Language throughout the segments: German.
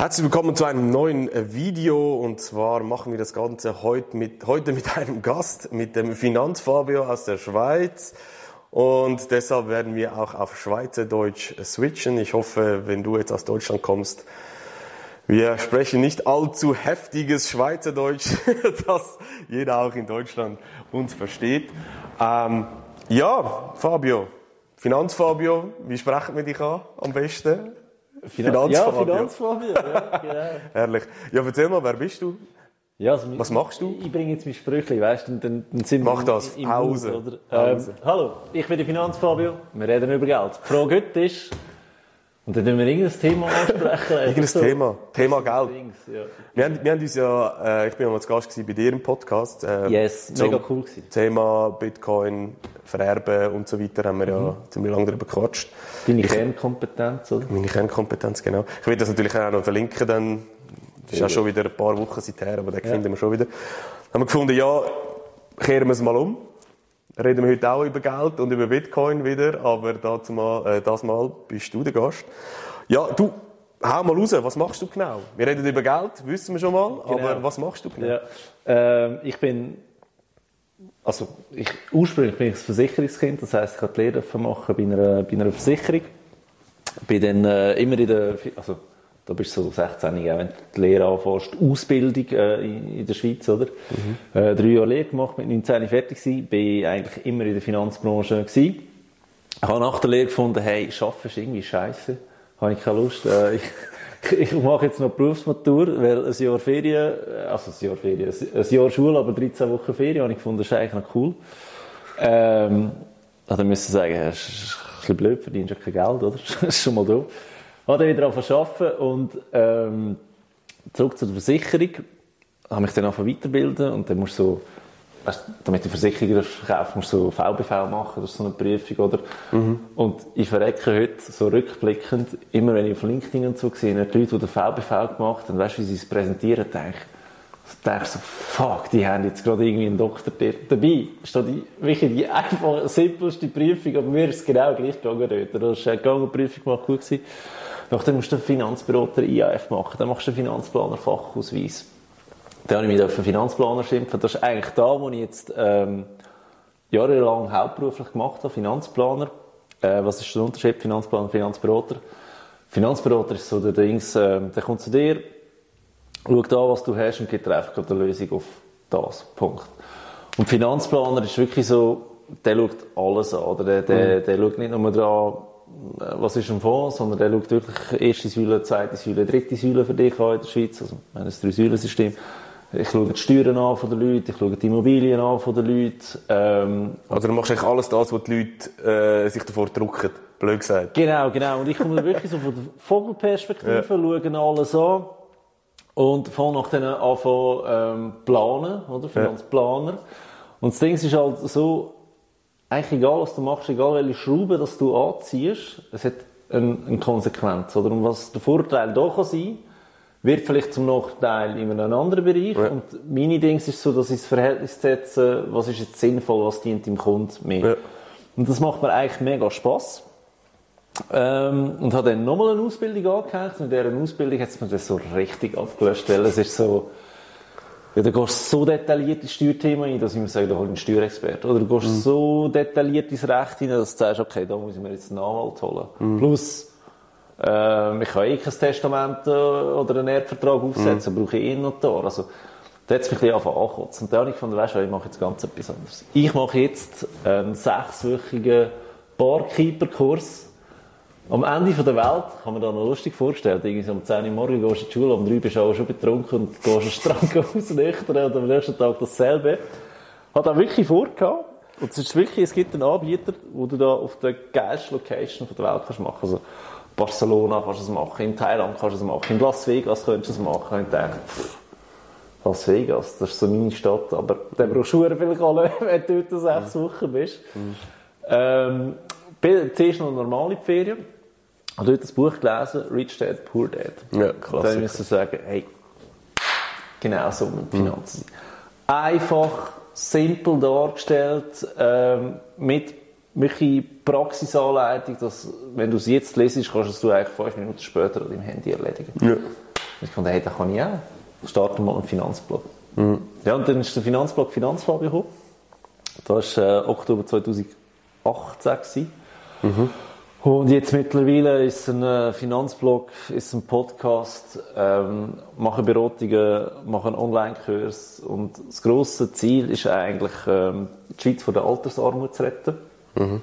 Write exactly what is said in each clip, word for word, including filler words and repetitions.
Herzlich willkommen zu einem neuen Video, und zwar machen wir das Ganze heute mit, heute mit einem Gast, mit dem Finanzfabio aus der Schweiz, und deshalb werden wir auch auf Schweizerdeutsch switchen. Ich hoffe, wenn du jetzt aus Deutschland kommst, wir sprechen nicht allzu heftiges Schweizerdeutsch, dass jeder auch in Deutschland uns versteht. Ähm, ja, Fabio, Finanzfabio, wie sprechen wir dich an am besten? Finanzfabio. Ja, Finanzfabio, ja, genau. Herrlich. Ja, erzähl mal, wer bist du? Ja, also, was machst du? Ich, ich bringe jetzt mein Sprüchli, weißt du, dann, dann sind wir Mach das, im Pause. Haus, oder? Ähm, hallo, ich bin der Finanzfabio, wir reden über Geld. Die Frage heute ist, und dann müssen wir irgendein Thema ansprechen. Irgendein so. Thema, Thema Geld. Dings, ja. Wir haben, wir haben uns ja, äh, ich bin ja mal zu Gast gewesen bei dir im Podcast. Äh, Yes, mega cool gewesen. Thema Bitcoin, Vererben und so weiter haben wir ja mhm. ziemlich lange darüber gequatscht. Deine Kernkompetenz, oder? Meine Kernkompetenz, genau. Ich will das natürlich auch noch verlinken, dann. Das ist ja schon wieder ein paar Wochen seither, aber den ja. finden wir schon wieder. Dann haben wir gefunden, ja, kehren wir es mal um. Reden wir heute auch über Geld und über Bitcoin wieder, aber das mal, äh, das mal bist du der Gast. Ja, du, hau mal raus, was machst du genau? Wir reden über Geld, wissen wir schon mal, genau. Aber was machst du genau? Ja. Ähm, ich bin, also ich, ursprünglich bin ich ein Versicherungskind, das heisst, ich habe die Lehre machen bei einer, bei einer Versicherung. Bin dann äh, immer in der, also da bist du so sechzehn, wenn du die Lehre anfängst, Ausbildung äh, in, in der Schweiz, oder? Mhm. Äh, drei Jahre Lehre gemacht, mit neunzehn fertig gewesen, bin eigentlich immer in der Finanzbranche gewesen. Ich habe nach der Lehre gefunden, hey, Arbeiten ist irgendwie scheisse, habe ich keine Lust. Äh, ich, ich mache jetzt noch Berufsmatur, weil ein Jahr Ferien, also ein Jahr Ferien, ein Jahr Schule, aber dreizehn Wochen Ferien, habe ich gefunden, das ist eigentlich noch cool. Ähm, dann müsste ich sagen, das ist ein bisschen blöd, verdienst ja kein Geld, oder? Das ist schon mal doof. Habe dann wieder angefangen zu arbeiten und ähm, zurück zur Versicherung. Habe mich dann angefangen weiterbilden und dann musst du so, weißt, damit du Versicherungen verkaufst, musst du so V B V machen, das ist so eine Prüfung, oder? Mhm. Und ich verrecke heute so rückblickend, immer wenn ich auf LinkedIn und so sehe, die Leute, die den V B V gemacht haben, weißt du, wie sie es präsentieren, denke ich, denke so, fuck, die haben jetzt gerade irgendwie einen Doktor dabei. Ist da die, wirklich die einfache, simpelste Prüfung, aber mir ist es genau gleich gegangen dort. Da hast du eine Gangenprüfung gemacht, gut gewesen. Nachdem musst du einen Finanzberater I A F machen, dann machst du einen Finanzplaner Fachausweis. Dann habe ich mich auf einen Finanzplaner schimpfen. Das ist eigentlich da, wo ich jetzt ähm, jahrelang hauptberuflich gemacht habe, Finanzplaner. Äh, was ist der Unterschied? Finanzplaner, Finanzberater. Finanzberater ist so der Dings, äh, der kommt zu dir, schaut an, was du hast und gibt dir einfach eine Lösung auf das. Punkt. Und Finanzplaner ist wirklich so, der schaut alles an. Oder der, der, der schaut nicht nur daran, was ist ein Fonds, sondern der schaut wirklich erste Säule, zweite Säule, dritte Säule für dich an in der Schweiz. Also, wir haben ein Drei-Säulen-System. Ich schaue die Steuern an von den Leuten, ich schaue die Immobilien an von den Leuten. Ähm, also, du machst eigentlich alles das, was die Leute äh, sich davor drücken, blöd gesagt. Genau, genau. Und ich komme wirklich so von der Vogelperspektive, ja. Schaue alles an und fange nach denen anfangen, ähm, planen, oder? Finanzplaner. Ja. Und das Ding ist halt so, eigentlich egal, was du machst, egal welche Schraube dass du anziehst, es hat eine, eine Konsequenz. Oder? Und was der Vorteil da kann sein, wird vielleicht zum Nachteil in einem anderen Bereich. Ja. Und meine Dings ist so, dass ich das Verhältnis setze, was ist jetzt sinnvoll, was dient dem Kunden mehr. Ja. Und das macht mir eigentlich mega Spass. Ähm, und habe dann nochmal eine Ausbildung angehängt. Und in dieser Ausbildung hat es mir das so richtig abgelöscht, weil es ist so, ja, du gehst so detailliert ins Steuerthema ein, dass ich mir sage, da hol ich einen Steuerexperten. Oder du gehst mhm. so detailliert ins Recht hinein, dass du sagst, okay, da muss ich mir jetzt einen Anwalt holen. Mhm. Plus, äh, ich kann eh kein Testament äh, oder einen Erbvertrag aufsetzen, mhm. brauche ich eh einen Notar. Also, da hat es mich ein bisschen angefangen ankotzen. Und dann habe ich gefunden, weißt du, ich mache jetzt ganz etwas anderes. Ich mache jetzt einen sechswöchigen Barkeeper-Kurs. Am Ende der Welt, kann man da noch lustig vorstellen, irgendwie um zehn Uhr morgens gehst du in die Schule, um drei bist du auch schon betrunken und gehst am Strand ausnüchtern und am nächsten Tag dasselbe. Hat auch wirklich vorgehabt. Und es ist wirklich, es gibt einen Anbieter, wo du da auf der geilsten Location der Welt kannst machen. Also Barcelona kannst du es machen, in Thailand kannst du es machen, in Las Vegas kannst du es machen. Und ich dachte, pff, Las Vegas, das ist so meine Stadt, aber dann brauchst du sehr viel Kohle, wenn du dort sechs Wochen bist. Mhm. Ähm, zuerst noch eine normale Ferien. Ich habe dort ein Buch gelesen, Rich Dad, Poor Dad. Ja, klasse. Dann müssen wir sagen, hey, genau so mit Finanzen. Mhm. Einfach, simpel dargestellt, ähm, mit wirklich Praxisanleitung, dass, wenn du es jetzt lesest, kannst du es eigentlich fünf Minuten später an deinem Handy erledigen. Ja. Ich fand, hey, das kann ich auch. Starten wir mal einen Finanzblog. Mhm. Ja, und dann ist der Finanzblog Finanzfabio gekommen. Das war äh, Oktober zweitausendachtzehn. Mhm. Und jetzt mittlerweile ist es ein äh, Finanzblog, ist ein Podcast, ähm, machen Beratungen, machen Online-Kurs. Und das grosse Ziel ist eigentlich, ähm, die Schweiz von der Altersarmut zu retten. Mhm.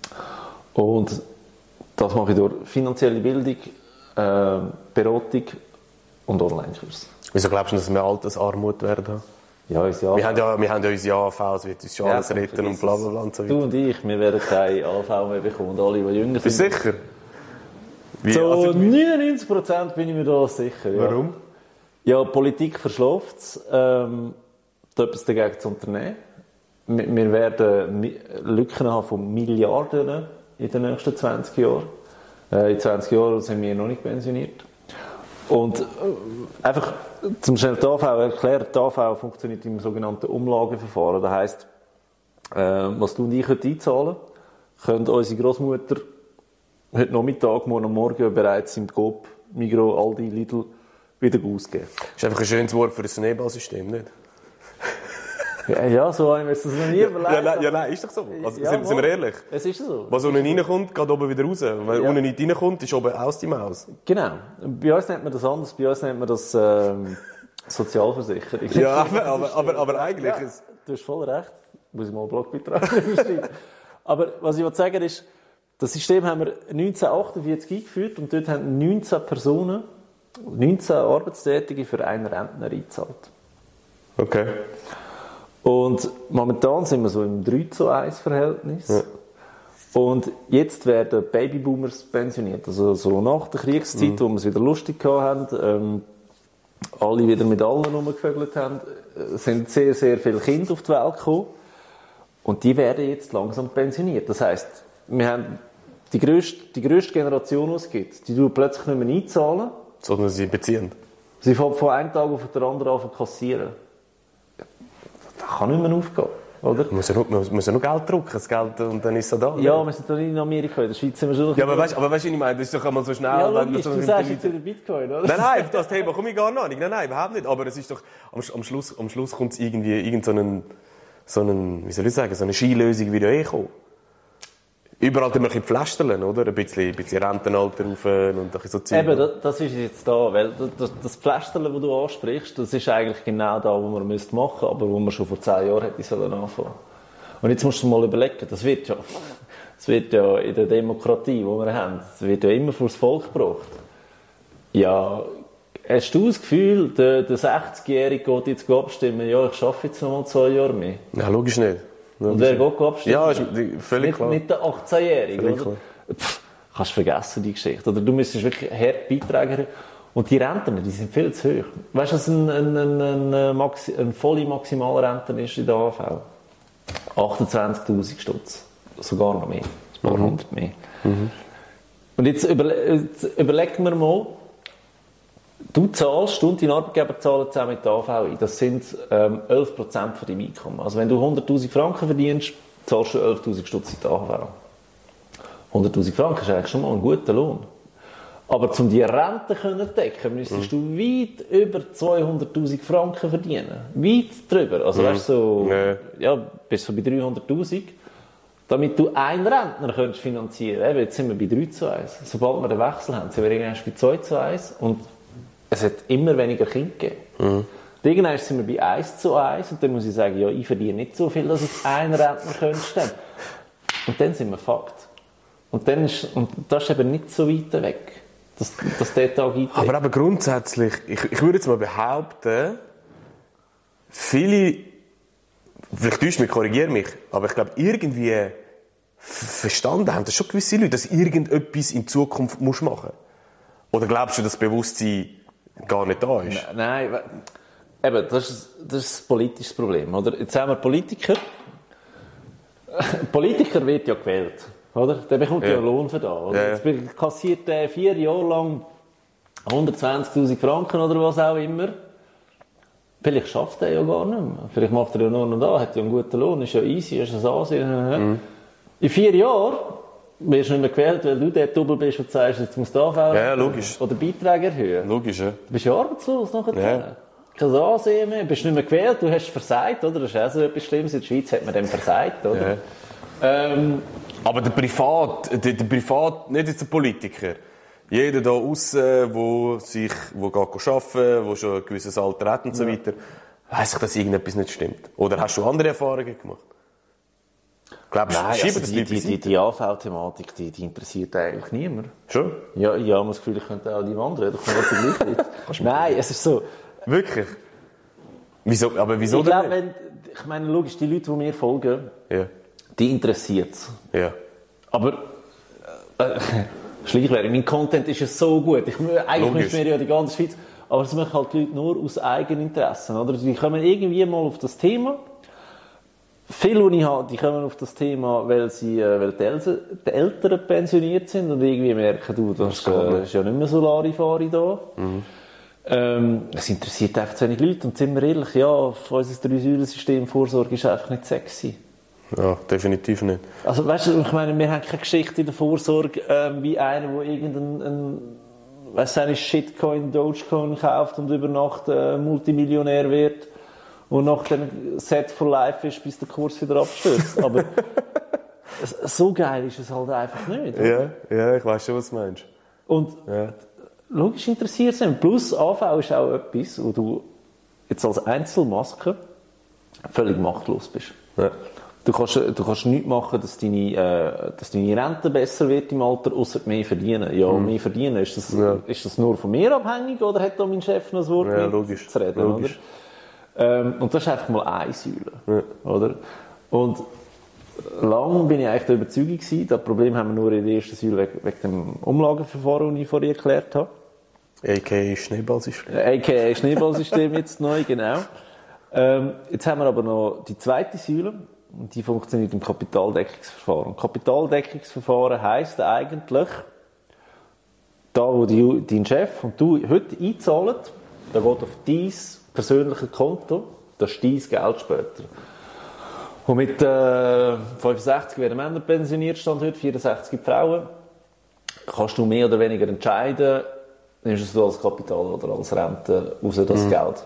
Und das mache ich durch finanzielle Bildung, äh, Beratung und Online-Kurs. Wieso glaubst du, dass wir Altersarmut werden? Ja, unsere wir haben ja, wir haben ja unsere A A V, es wird uns schon ja, alles retten und bla bla bla und so weiter. Du und ich, wir werden keine A A V mehr bekommen und alle, die jünger sind. Bist du sicher? Wie, so also, neunundneunzig Prozent bin ich mir da sicher. Ja. Warum? Ja, die Politik verschläft es, ähm, da etwas dagegen zu unternehmen. Wir, wir werden Lücken haben von Milliarden in den nächsten zwanzig Jahren. Äh, in zwanzig Jahren sind wir noch nicht pensioniert. Und äh, einfach zum schnell die A V erklären, die A V funktioniert im sogenannten Umlageverfahren. Das heisst, äh, was du und ich heute einzahlen, können unsere Grossmutter heute Nachmittag, morgen Morgen bereits im Coop, Migros, Aldi, Lidl wieder ausgeben. Das ist einfach ein schönes Wort für ein Schneeballsystem, nicht? Ja, ja, so habe ich mir das noch nie überlegt. Ja, nein, ja, nein, ist doch so. Also, ja, sind, sind wir ehrlich? Es ist so. Was unten reinkommt, geht oben wieder raus. Wenn ja. unten nicht reinkommt, ist oben aus die Maus. Genau. Bei uns nennt man das anders. Bei uns nennt man das ähm, Sozialversicherung. Ja, aber, aber, aber, aber eigentlich... Ja, du hast voll recht. Muss ich mal einen Blogbeitrag schreiben. Aber was ich sagen ist, das System haben wir neunzehnhundertachtundvierzig eingeführt und dort haben neunzehn Personen, neunzehn Arbeitstätige für einen Rentner eingezahlt. Okay. Und momentan sind wir so im drei zu eins Verhältnis. Ja. Und jetzt werden Babyboomers pensioniert. Also so nach der Kriegszeit, mhm. wo wir es wieder lustig hatten, ähm, alle wieder mit allen rumgevögelt haben, sind sehr, sehr viele Kinder auf die Welt gekommen. Und die werden jetzt langsam pensioniert. Das heisst, wir haben die grösste, die grösste Generation, die es gibt, die tut plötzlich nicht mehr einzahlen. Sondern sie beziehen. Sie fängt von einem Tag auf den anderen an zu kassieren. Das kann nicht mehr aufgehen, oder? Man muss ja nur, man muss ja nur Geld drucken, das Geld, und dann ist es da. Ja, wir sind doch nicht in Amerika, in der Schweiz sind wir schon... Ja, aber weißt du, was ich meine? Das ist doch einmal so schnell... Ja, logisch, wenn so du sagst jetzt wieder Bitcoin, oder? Nein, nein, auf das Thema komme ich gar nicht. Nein, nein, überhaupt nicht. Aber es ist doch... Am, am Schluss, am Schluss kommt es irgendwie... Irgend so einen, so einen... Wie soll ich sagen? So eine Skilösung wie eh kommen. Überall ein bisschen pflastern, oder? Ein bisschen, ein bisschen Rentenalter rauf und ein bisschen so Zeug. Eben, das, das ist jetzt da, weil das, das Pflastern, das du ansprichst, das ist eigentlich genau da, was man machen müsste, aber wo man schon vor zehn Jahren hätte sollen anfangen. Und jetzt musst du mal überlegen, das wird ja, das wird ja in der Demokratie, die wir haben, das wird ja immer vor das Volk gebracht. Ja, hast du das Gefühl, der, der sechzigjährige geht jetzt abstimmen, ja, ich arbeite jetzt noch mal zwei Jahre mehr? Ja, logisch nicht. Und wer geht abstimmen? Ja, ist völlig nicht, klar. Nicht der achtzehnjährige, oder? Pff, kannst du vergessen, die Geschichte. Oder du müsstest wirklich hart Beiträge. Und die Renten, die sind viel zu hoch. Weißt du, was ein, ein, ein, ein, Maxi, ein volle Maximalrente ist in der A V? achtundzwanzigtausend Stutz. Sogar noch mehr. Ein paar mhm. hundert mehr. Mhm. Und jetzt, überle jetzt überlegen wir mal, du zahlst und dein Arbeitgeber zahlen zusammen mit der A V ein. Das sind ähm, elf Prozent von deinem Einkommen. Also wenn du hunderttausend Franken verdienst, zahlst du elftausend Stutz in die A V. hunderttausend Franken ist eigentlich schon mal ein guter Lohn. Aber um die Rente zu decken, müsstest mhm. du weit über zweihunderttausend Franken verdienen. Weit drüber. Also mhm. weißt du, so, nee. ja, bist du so bei dreihunderttausend. Damit du einen Rentner könntest finanzieren könntest. Jetzt sind wir bei drei zu eins. Sobald wir den Wechsel haben, sind wir irgendwann bei zwei zu eins. Und es hat immer weniger Kinder gegeben. Mhm. Irgendwann sind wir bei eins zu eins und dann muss ich sagen, ja, ich verdiene nicht so viel, dass ich einen Rentner könnte stemmen. Und dann sind wir Fakt. Und, dann ist, und das ist eben nicht so weit weg, dass, dass der Tag eintritt. Aber eben grundsätzlich, ich, ich würde jetzt mal behaupten, viele, vielleicht täuscht mich, korrigiere mich, aber ich glaube, irgendwie verstanden haben das schon gewisse Leute, dass irgendetwas in Zukunft musst machen. Oder glaubst du, dass das Bewusstsein gar nicht da ist? Nein, eben, das ist, das ist ein politisches Problem. Oder? Jetzt haben wir Politiker. Politiker wird ja gewählt. Oder? Der bekommt ja, ja einen Lohn für das. Oder? Ja, ja. Jetzt kassiert der vier Jahre lang hundertzwanzigtausend Franken oder was auch immer. Vielleicht schafft er ja gar nicht mehr. Vielleicht macht er ja nur noch da, hat ja einen guten Lohn, ist ja easy, ist ein Ansehen. Mhm. In vier Jahren wirst du nicht mehr gewählt, weil du der Double bist und sagst, jetzt muss da auch Ja, logisch. oder Beiträge erhöhen. Logisch, ja. Du bist ja arbeitslos nachher. Ja. Kein Ansehen mehr, bist nicht mehr gewählt, du hast versagt, oder? Das ist auch so etwas Schlimmes. In der Schweiz hat man dem versagt, oder? Ja. Ähm, Aber der Privat, der, der Privat, nicht jetzt der Politiker. Jeder da aussen, der sich, wo geht arbeiten, wo schon ein gewisses Alter hat und so weiter, weiss ich, dass irgendetwas nicht stimmt. Oder hast du andere Erfahrungen gemacht? Glaubst du, Nein, schieben also das die, nicht die, die, die A V-Thematik, die, die interessiert eigentlich niemand. Schon? Ja, ich habe das Gefühl, ich könnte auch die Wand reden. Ich kann gleich nicht. Nein, es ist so. Wirklich? Wieso? Aber wieso Ich denn glaube, nicht? wenn, ich meine, logisch, die Leute, die mir folgen, Ja. die interessiert es. Ja. Aber, äh, Schleichwerbung, mein Content ist ja so gut. Ich, eigentlich Logisch. müsste mir ja die ganze Schweiz, aber das machen halt die Leute nur aus Eigeninteressen, oder? Die kommen irgendwie mal auf das Thema. Viele, die ich habe, die kommen auf das Thema, weil, sie, äh, weil die, Eltern, die Eltern pensioniert sind und irgendwie merken, du, das, Das äh, ist ja nicht mehr so Larifari da. Mhm. Ähm, es interessiert einfach zu wenig Leute und sind wir ehrlich, ja, unser Drei-Säulen-System Vorsorge ist einfach nicht sexy. Ja, definitiv nicht. Also weißt du, ich meine, wir haben keine Geschichte in der Vorsorge ähm, wie einer, der irgendeinen ein, weiss nicht, Shitcoin, Dogecoin kauft und über Nacht äh, Multimillionär wird und nach dem Set for Life ist, bis der Kurs wieder abstürzt. Aber so geil ist es halt einfach nicht. Ja, ja, ich weiss schon, was du meinst. Und Ja. logisch interessiert es mich. Plus A V ist auch etwas, wo du jetzt als Einzelmaske völlig machtlos bist. Ja. Du kannst, du kannst nichts machen, dass deine, äh, dass deine Rente besser wird im Alter, ausser mehr verdienen. Ja, mhm. mehr verdienen. Ist das, Ja. ist das nur von mir abhängig oder hat da mein Chef noch ein Wort Ja, mit logisch. zu reden? Logisch. Oder? Ähm, und das ist einfach mal eine Säule. Ja. Oder? Und lange bin ich eigentlich der Überzeugung gewesen, das Problem haben wir nur in der ersten Säule wegen, wegen dem Umlageverfahren, das ich vorhin erklärt habe. A K A Schneeballsystem. A K A Schneeballsystem jetzt neu, genau. Ähm, jetzt haben wir aber noch die zweite Säule. Und die funktioniert im Kapitaldeckungsverfahren. Kapitaldeckungsverfahren heisst eigentlich, da wo die, dein Chef und du heute einzahlen, da geht auf dein persönliches Konto, das ist dein Geld später. Und mit äh, fünfundsechzig werden Männer pensioniert, stand heute vierundsechzig Frauen, kannst du mehr oder weniger entscheiden, nimmst du es als Kapital oder als Rente raus, das mhm. Geld.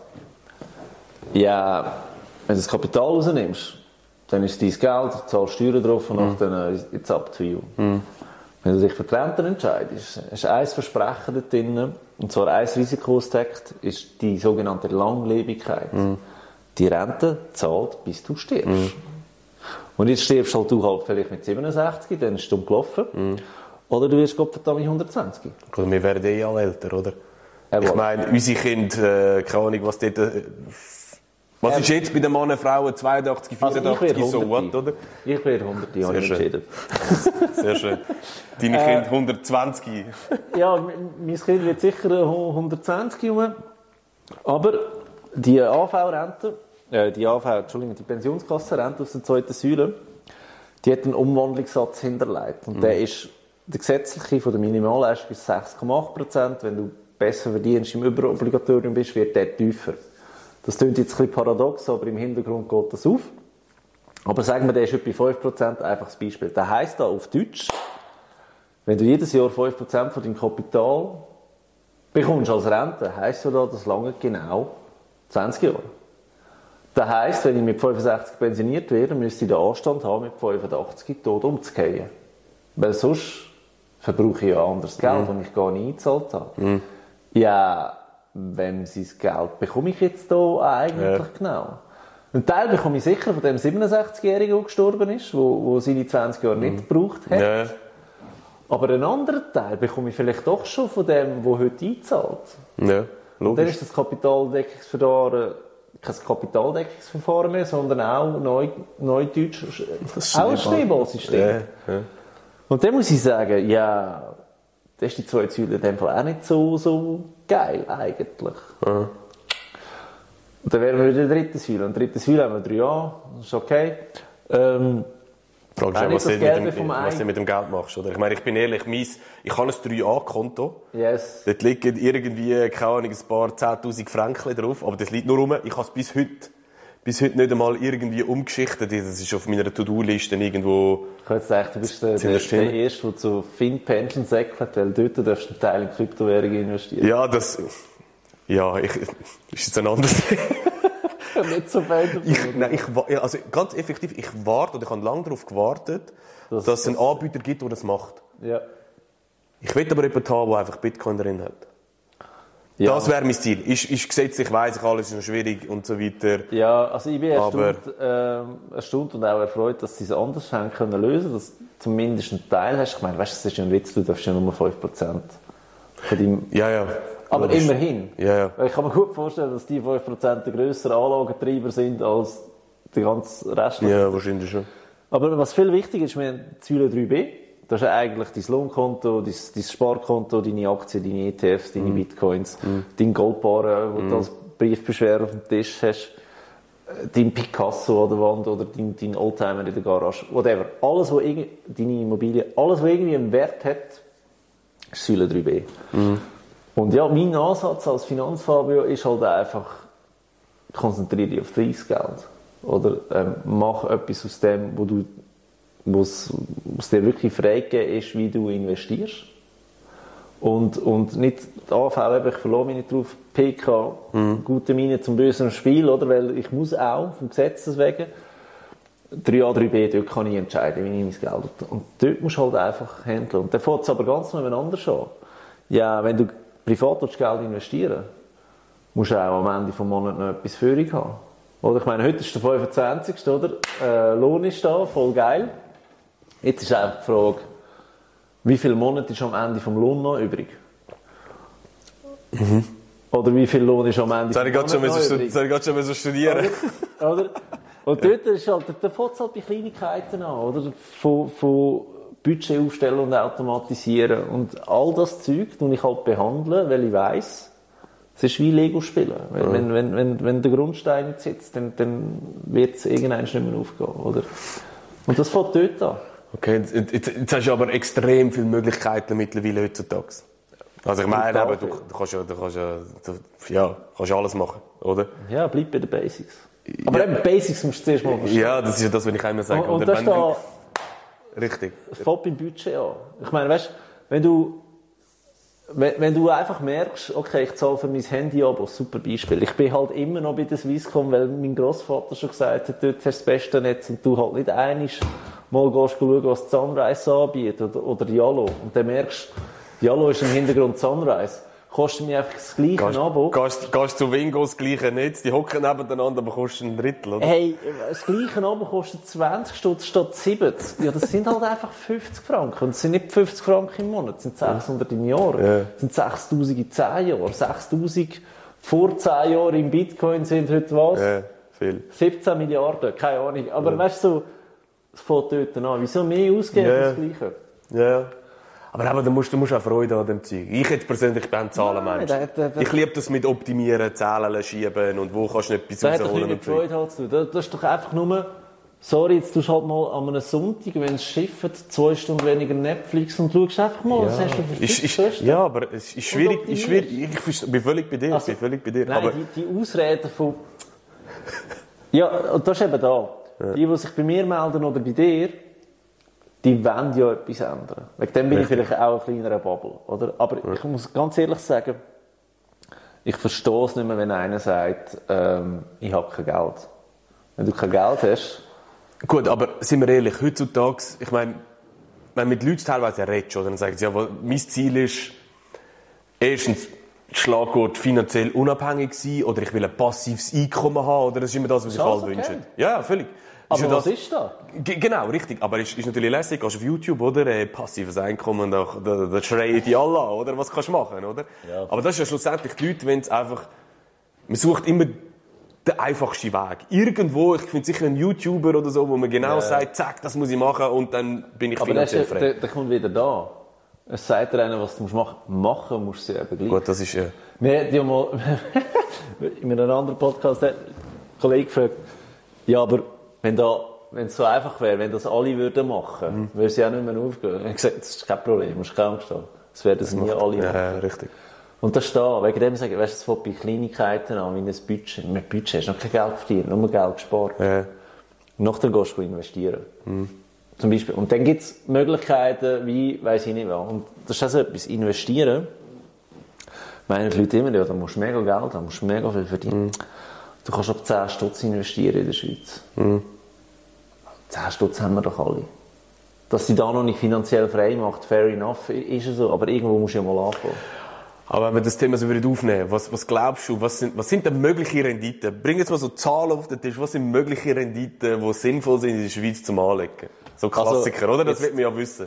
Ja, wenn du das Kapital rausnimmst, dann ist es dein Geld, du zahlst Steuern drauf und mm. dann ist es up to you. Mm. Wenn du dich für die Rente entscheidest, hast du ein Versprechen da drin, und zwar ein Risikoaspekt, ist die sogenannte Langlebigkeit. Mm. Die Rente zahlt, bis du stirbst. Mm. Und jetzt stirbst halt du halt vielleicht mit siebenundsechzig, dann ist es dumm gelaufen. Mm. Oder du wirst Gottverdammt mit hundertzwanzig. Oder wir werden eh alle älter, oder? Ja, ich meine, unsere Kinder, äh, keine Ahnung, was dort... Äh, Was ist jetzt bei den Männern, Frauen, zweiundachtzig, vierundachtzig, also so what, oder? Ich werde hundert, habe ich entschieden. Sehr schön. Deine äh, Kinder hundertzwanzig. Ja, mein Kind wird sicher hundertzwanzig rum. Aber die A V-Rente, äh, die A V, Entschuldigung, die Pensionskassenrente aus der zweiten Säule, die hat einen Umwandlungssatz hinterlegt. Und mhm. der ist, der gesetzliche von der Minimalleistung ist sechs Komma acht Prozent. Wenn du besser verdienst im Überobligatorium bist, wird der tiefer. Das klingt jetzt ein bisschen paradox, aber im Hintergrund geht das auf. Aber sagen wir, der ist etwa fünf Prozent, einfaches Beispiel. Das heisst da auf Deutsch, wenn du jedes Jahr fünf Prozent von deinem Kapital bekommst als Rente, heisst das, das lange genau zwanzig Jahre. Das heisst, wenn ich mit fünfundsechzig pensioniert werde, müsste ich den Anstand haben, mit fünfundachtzig tot umzugehen. Weil sonst verbrauche ich ja anderes Geld, das mm. ich gar nicht eingezahlt habe. Mm. Ja, wem sein Geld bekomme ich jetzt hier eigentlich ja. genau? Ein Teil bekomme ich sicher von dem siebenundsechzigjährigen, der gestorben ist, der seine zwanzig Jahre nicht gebraucht hat. Ja. Aber einen anderen Teil bekomme ich vielleicht doch schon von dem, der heute einzahlt. Ja, und dann ist das Kapitaldeckungsverfahren kein Kapitaldeckungsverfahren mehr, sondern auch neu, neudeutsch auch ein Schneeballsystem. Ja. Ja. Und dann muss ich sagen, ja, das ist die zweite Säule in dem Fall auch nicht so, so geil, eigentlich. Ja. Und dann wären wir wieder in der dritten Säule. Und in der dritten Säule haben wir drei Jahre, das ist okay. Ähm, Die Frage ist, was, mit dem, was du mit dem Geld machst. Oder? Ich meine, ich bin ehrlich, meins, ich habe ein drei A Konto. Yes. Dort liegen irgendwie, keine Ahnung, ein paar zehntausend Franken drauf. Aber das liegt nur rum, ich habe es bis heute, bis heute nicht einmal irgendwie umgeschichtet. Das ist auf meiner To-Do-Liste irgendwo. Ich habe jetzt gedacht, du bist der, der, der Erste, der zu FinPension säckelt, weil dort darfst du einen Teil in Kryptowährungen investieren. Ja, das... Ja, ich... Ist jetzt ein anderes Thema. Nicht so weit ich, nein, ich, also ganz effektiv, ich warte, oder ich habe lange darauf gewartet, das, dass es einen Anbieter gibt, der das macht. Ja. Ich will aber jemanden haben, der einfach Bitcoin drin hat. Ja. Das wäre mein Ziel. Ist, ist gesetzlich, weiss ich, alles ist noch schwierig und so weiter. Ja, also ich bin erstaunt, äh, erstaunt und auch erfreut, dass sie es anders haben können lösen, dass du zumindest einen Teil hast. Ich meine, weißt du, das ist ja ein Witz, du darfst ja nur fünf Prozent von deinem... Ja, ja. Aber das immerhin. Ja, ja. Ich kann mir gut vorstellen, dass die fünf Prozent der grösseren Anlagentreiber sind als der ganze Rest. Ja, wahrscheinlich schon. Aber was viel wichtiger ist, wir haben Säule drei b. Das ist ja eigentlich dein Lohnkonto, dein, dein Sparkonto, deine Aktien, deine E T Fs, deine mm. Bitcoins, mm. dein Goldbarren, wo mm. du als Briefbeschwerer auf dem Tisch hast, dein Picasso an der Wand oder dein, dein Oldtimer in der Garage, whatever. Alles, wo deine Immobilie, alles, was irgendwie einen Wert hat, ist Säule drei b. Mm. Und ja, mein Ansatz als Finanzfabio ist halt einfach, konzentriere dich auf dein Geld. Oder ähm, mach etwas aus dem, wo du was dir wirklich freigegeben ist, wie du investierst. Und, und nicht die A V, ich verlasse mich nicht drauf, P K, mhm. gute Miene zum bösen Spiel, oder? Weil ich muss auch, vom Gesetzes wegen, drei a, drei b, dort kann ich entscheiden, wie ich mein Geld habe. Und dort musst du halt einfach handeln. Und dann fängt es aber ganz noch anders an. Ja, wenn du privat Geld investieren, musst du auch am Ende des Monats noch etwas Führung haben. Oder? Ich meine, heute ist der fünfundzwanzigste oder? Äh, Lohn ist da, voll geil. Jetzt ist einfach die Frage, wie viele Monate ist am Ende vom Lohn noch übrig? Mhm. Oder wie viel Lohn ist am Ende vom Monat noch übrig? Das habe ich gerade schon mal studieren. Oder? Oder? Und dort ist halt, da fängt es halt bei Kleinigkeiten an, oder? Von, von Budget aufstellen und automatisieren. Und all das Zeug, das ich halt behandle, weil ich weiss, es ist wie Lego spielen. Wenn, mhm. wenn, wenn, wenn, wenn der Grundstein nicht sitzt, dann, dann wird es irgendwann nicht mehr aufgehen, oder? Und das fängt dort an. Okay, jetzt, jetzt, jetzt hast du aber extrem viele Möglichkeiten mittlerweile heutzutage. Also ich meine, aber du, du kannst ja, du kannst ja, du, ja, kannst ja alles machen, oder? Ja, bleib bei den Basics. Aber ja. Eben Basics musst du zuerst mal verstehen. Ja, das ist ja das, was ich immer sage. Und, und das ist da... Richtig. Es fängt beim Budget an. Ich meine, weißt, wenn du, wenn, wenn du einfach merkst, okay, ich zahle für mein Handy-Abo, super Beispiel. Ich bin halt immer noch bei der Swisscom, weil mein Grossvater schon gesagt hat, dort hast du das beste Netz und du halt nicht einig mal gehst schauen, was Sunrise anbietet oder, oder Yallo. Und dann merkst du, Yallo ist im Hintergrund Sunrise. Kostet mir einfach das gleiche gehst, Abo. Gehst, gehst zu Wingo das gleiche Netz, die hocken nebeneinander, aber kostet ein Drittel, oder? Hey, das gleiche Abo kostet zwanzig Stutz statt siebzig. Ja, das sind halt einfach fünfzig Franken. Und das sind nicht fünfzig Franken im Monat, das sind sechshundert im Jahr. Ja. Das sind sechstausend in zehn Jahren. sechstausend vor zehn Jahren im Bitcoin sind heute was? Ja, viel. siebzehn Milliarden, keine Ahnung. Aber ja. Weißt du, so, es fängt dort an. Wieso mehr ausgeben ja. für das Gleiche? Ja. Aber eben, du musst, du musst auch Freude an dem Zeug. Ich jetzt persönlich bin ein Zahlenmensch. Nein, da, da, da. Ich liebe das mit Optimieren, Zahlen schieben und wo kannst du etwas da rausholen. Das hat doch nicht mit Freude halt zu tun. Das ist doch einfach nur, sorry, jetzt tust du halt mal an einem Sonntag, wenn es schifft, zwei Stunden weniger Netflix und schaust einfach mal, ja. was hast du für ist, ist, Ja, aber es ist schwierig. Ist schwierig. Ich bin völlig bei dir. Also, bin völlig bei dir. Nein, aber die, die Ausreden von... Ja, und das ist eben da. Ja. Die, die sich bei mir melden oder bei dir, die wollen ja etwas ändern. Wegen dem bin Richtig. Ich vielleicht auch ein kleinerer Bubble, oder? Aber ja. Ich muss ganz ehrlich sagen, ich verstehe es nicht mehr, wenn einer sagt, ähm, ich habe kein Geld. Wenn du kein Geld hast... Gut, aber sind wir ehrlich, heutzutage, ich meine, wenn mit Leuten teilweise redest, oder, dann sagen sie, ja, mein Ziel ist, erstens, Schlagwort finanziell unabhängig sein, oder ich will ein passives Einkommen haben, oder das ist immer das, was sich alle okay. wünschen. Ja, völlig. Aber ist was das, ist das? G- genau, richtig. Aber es ist, ist natürlich lässig, gehst auf YouTube, oder? Äh, passives Einkommen, da, da, da schreien die alle an, oder? Was kannst du machen, oder? Ja. Aber das ist ja schlussendlich die Leute, wenn es einfach, man sucht immer den einfachsten Weg. Irgendwo, ich finde sicher einen YouTuber oder so, wo man genau ja. sagt, zack, das muss ich machen, und dann bin ich aber finanziell frei. Aber der, der kommt wieder da. Es sagt dir einer, was du machen musst. Machen musst du sie eben gleich. Gut, das ist ja... Wir hatten ja mal in einem anderen Podcast hat ein Kollege gefragt, ja, aber wenn da, wenn es so einfach wäre, wenn das alle würden machen, mhm. würde es ja nicht mehr aufgehen. Ich habe gesagt, das ist kein Problem, musst du kaum stehen. Das werden es nie alle machen. Ja, richtig. Und das ist da, wegen dem sagen, weißt du, es fängt bei Kleinigkeiten an, wie ein Budget. Mit Budget hast du noch kein Geld verdient, nur Geld gespart. Ja. Und nachher gehst du investieren. Mhm. Zum Beispiel. Und dann gibt es Möglichkeiten, wie, weiss ich nicht was. Und das ist also etwas, investieren. Meinen die Leute immer, ja, da musst du mega Geld haben, da musst du mega viel verdienen. Mhm. Du kannst ab zehn Stutz investieren in der Schweiz. Mhm. zehn Stutz haben wir doch alle. Dass sie da noch nicht finanziell frei macht, fair enough, ist es so. Aber irgendwo musst du ja mal anfangen. Aber wenn wir das Thema so wieder aufnehmen, was, was glaubst du, was sind, was sind denn mögliche Renditen? Bring jetzt mal so Zahlen auf den Tisch. Was sind mögliche Renditen, die sinnvoll sind in der Schweiz zum Anlegen? So Klassiker, also, oder? Das wird man ja wissen.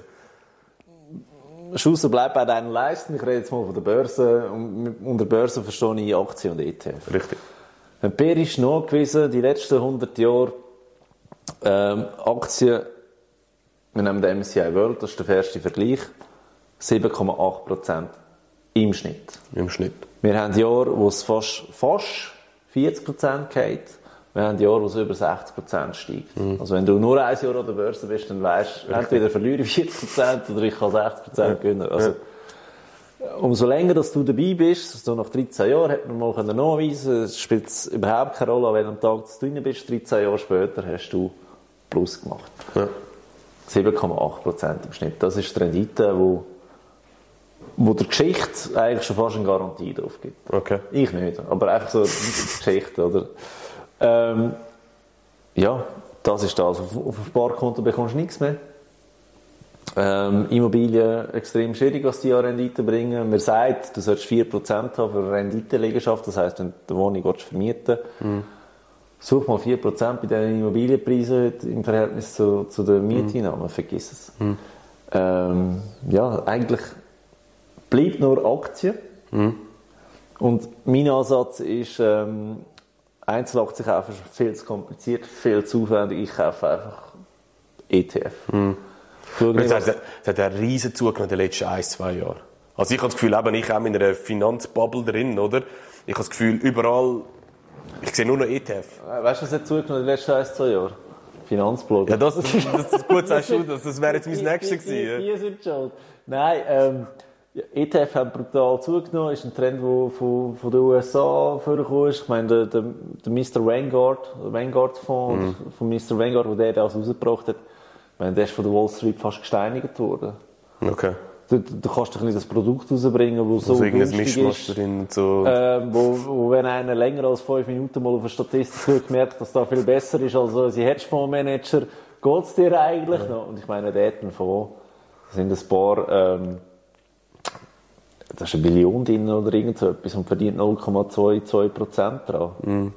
Schusser bleibt bei deinen Leisten. Ich rede jetzt mal von der Börse. Unter Börse verstehe ich Aktien und E T F. Richtig. Empirisch nachgewiesen, die letzten hundert Jahre ähm, Aktien, wir nehmen den M S C I World, das ist der erste Vergleich, sieben Komma acht Prozent im Schnitt. Im Schnitt. Wir haben Jahre, wo es fast, fast vierzig Prozent geht. Wir haben Jahre, wo es über sechzig Prozent steigt. Mhm. Also wenn du nur ein Jahr an der Börse bist, dann weisst du, entweder verliere ich vierzig Prozent oder ich kann sechzig Prozent gewinnen. Also, umso länger dass du dabei bist, also nach dreizehn Jahren, hätte man mal nachweisen können, es spielt überhaupt keine Rolle, an welchem Tag du drin bist, dreizehn Jahre später hast du Plus gemacht. Ja. sieben Komma acht Prozent im Schnitt. Das ist die Rendite, wo, wo der Geschichte eigentlich schon fast eine Garantie drauf gibt. Okay. Ich nicht, aber einfach so die Geschichte, oder? Ähm, ja, das ist das. Auf, auf dem Sparkonto bekommst du nichts mehr. Ähm, Immobilien extrem schwierig, was die an Rendite bringen. Man sagt, du solltest vier Prozent haben für eine Renditeliegenschaft. Das heisst, wenn du die Wohnung vermieten willst, mhm. such mal vier Prozent bei diesen Immobilienpreisen im Verhältnis zu, zu den Mieteinnahmen. Mhm. Vergiss es. Mhm. Ähm, ja, eigentlich bleibt nur Aktien. Mhm. Und mein Ansatz ist, ähm, Einzelaktien kaufen ist viel zu kompliziert, viel zu aufwendig. Ich kaufe einfach E T F. Mhm. Es hat, es hat einen riesen zugenommen in den letzten ein, zwei Jahren. Also ich habe das Gefühl, eben, ich auch in einer Finanzbubble drin, oder? Ich habe das Gefühl, überall, ich sehe nur noch E T F. Weißt du, was hat zugenommen in den letzten ein, zwei Jahren? Finanzblog. Ja, das, das, das, das gut sagst du, das, das wäre jetzt mein nächstes gewesen. Die sind schon. Nein, ähm, E T F haben brutal zugenommen, ist ein Trend, der von, von den U S A vorgekommen ist. Ich meine, der, der, der Mister Vanguard, der Vanguard-Fonds, mhm. von Mister Vanguard, der das rausgebracht hat, ich meine, der ist von der Wall Street fast gesteinigt worden. Okay. Du, du kannst doch nicht das Produkt rausbringen, das so also günstig ist, drin, so. äh, wo, wo wenn einer länger als fünf Minuten mal auf eine Statistik merkt, dass das viel besser ist als unsere Hedgefondsmanager, geht es dir eigentlich ja. noch? Und ich meine, dort ein Fonds, da sind ein paar, ähm, da ist eine Billion drin oder irgend so etwas und verdient null Komma zwei Prozent dran. Mm.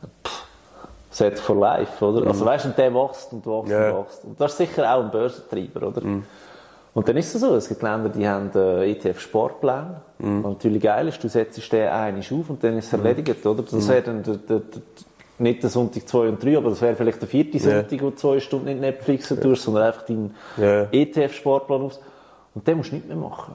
Set for life, oder? Mm. Also weißt du, und der wächst und wächst yeah. und wächst. Und das ist sicher auch ein Börsentreiber, oder? Mm. Und dann ist es so, es gibt Länder, die haben äh, E T F-Sportpläne. Mm. Was natürlich geil ist, du setzt den einmal auf und dann ist es erledigt, mm. oder? Das wäre dann der, der, der, nicht der Sonntag zwei und drei, aber das wäre vielleicht der vierte yeah. Sonntag, wo du zwei Stunden nicht Netflix yeah. tust, sondern einfach deinen yeah. E T F-Sportplan auf. Und den musst du nicht mehr machen.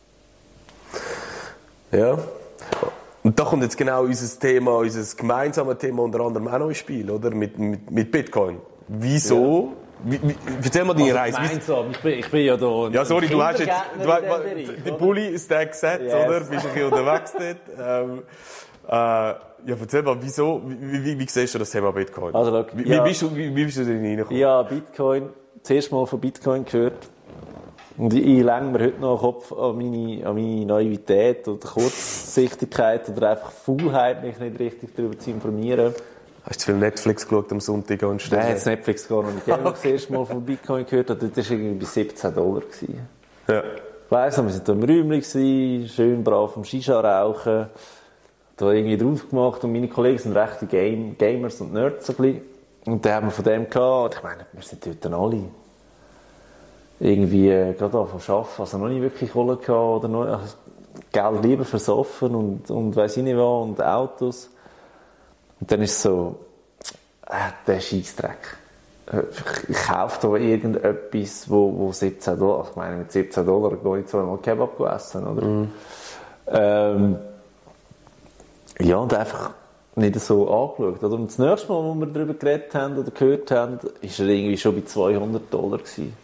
Ja. Und da kommt jetzt genau unser Thema, unser gemeinsames Thema unter anderem auch noch ins Spiel, oder? Mit, mit, mit Bitcoin. Wieso? Ja. Wie, wie, erzähl mal deine also Reise. Gemeinsam. Ich bin, ich bin ja da. Ja, sorry, du hast jetzt, du, Bereich, der Bulli ist der gesetzt, yes. oder? Bist ein bisschen unterwegs dort. Ähm, äh, ja, erzähl mal, wieso, wie, wie, wie siehst du das Thema Bitcoin? Also, look, wie, ja, wie, bist du, wie, wie bist du da reingekommen? Ja, Bitcoin, zuerst mal von Bitcoin gehört. Und ich, ich lenke mir heute noch den Kopf an meine, an meine Naivität oder Kurzsichtigkeit oder einfach Faulheit, mich nicht richtig darüber zu informieren. Hast du viel Netflix geschaut am Sonntag? Und Nein, jetzt Netflix gar noch nicht. Ich habe das erste Mal von Bitcoin gehört, das war irgendwie bei siebzehn Dollar. Ja. Ich weiss noch, wir waren da im Räumchen, schön brav am Shisha rauchen, da irgendwie drauf gemacht und meine Kollegen sind rechte Game, Gamers und Nerds so ein bisschen. Und dann haben wir von dem gehabt, ich meine, wir sind dort alle irgendwie äh, gerade angefangen zu arbeiten, also noch nicht wirklich Kohle gehabt oder noch, also Geld lieber versoffen und, und weiss ich nicht was und Autos. Und dann ist es so, äh, der Scheissdreck. Ich kaufe da irgendetwas, wo, wo siebzehn Dollar, ich meine, mit siebzehn Dollar gehe ich zweimal Kebab essen, oder? Mm. Ähm, ja, und einfach nicht so angeschaut, oder? Und das nächste Mal, wo wir darüber geredet haben oder gehört haben, war er irgendwie schon bei zweihundert Dollar gewesen.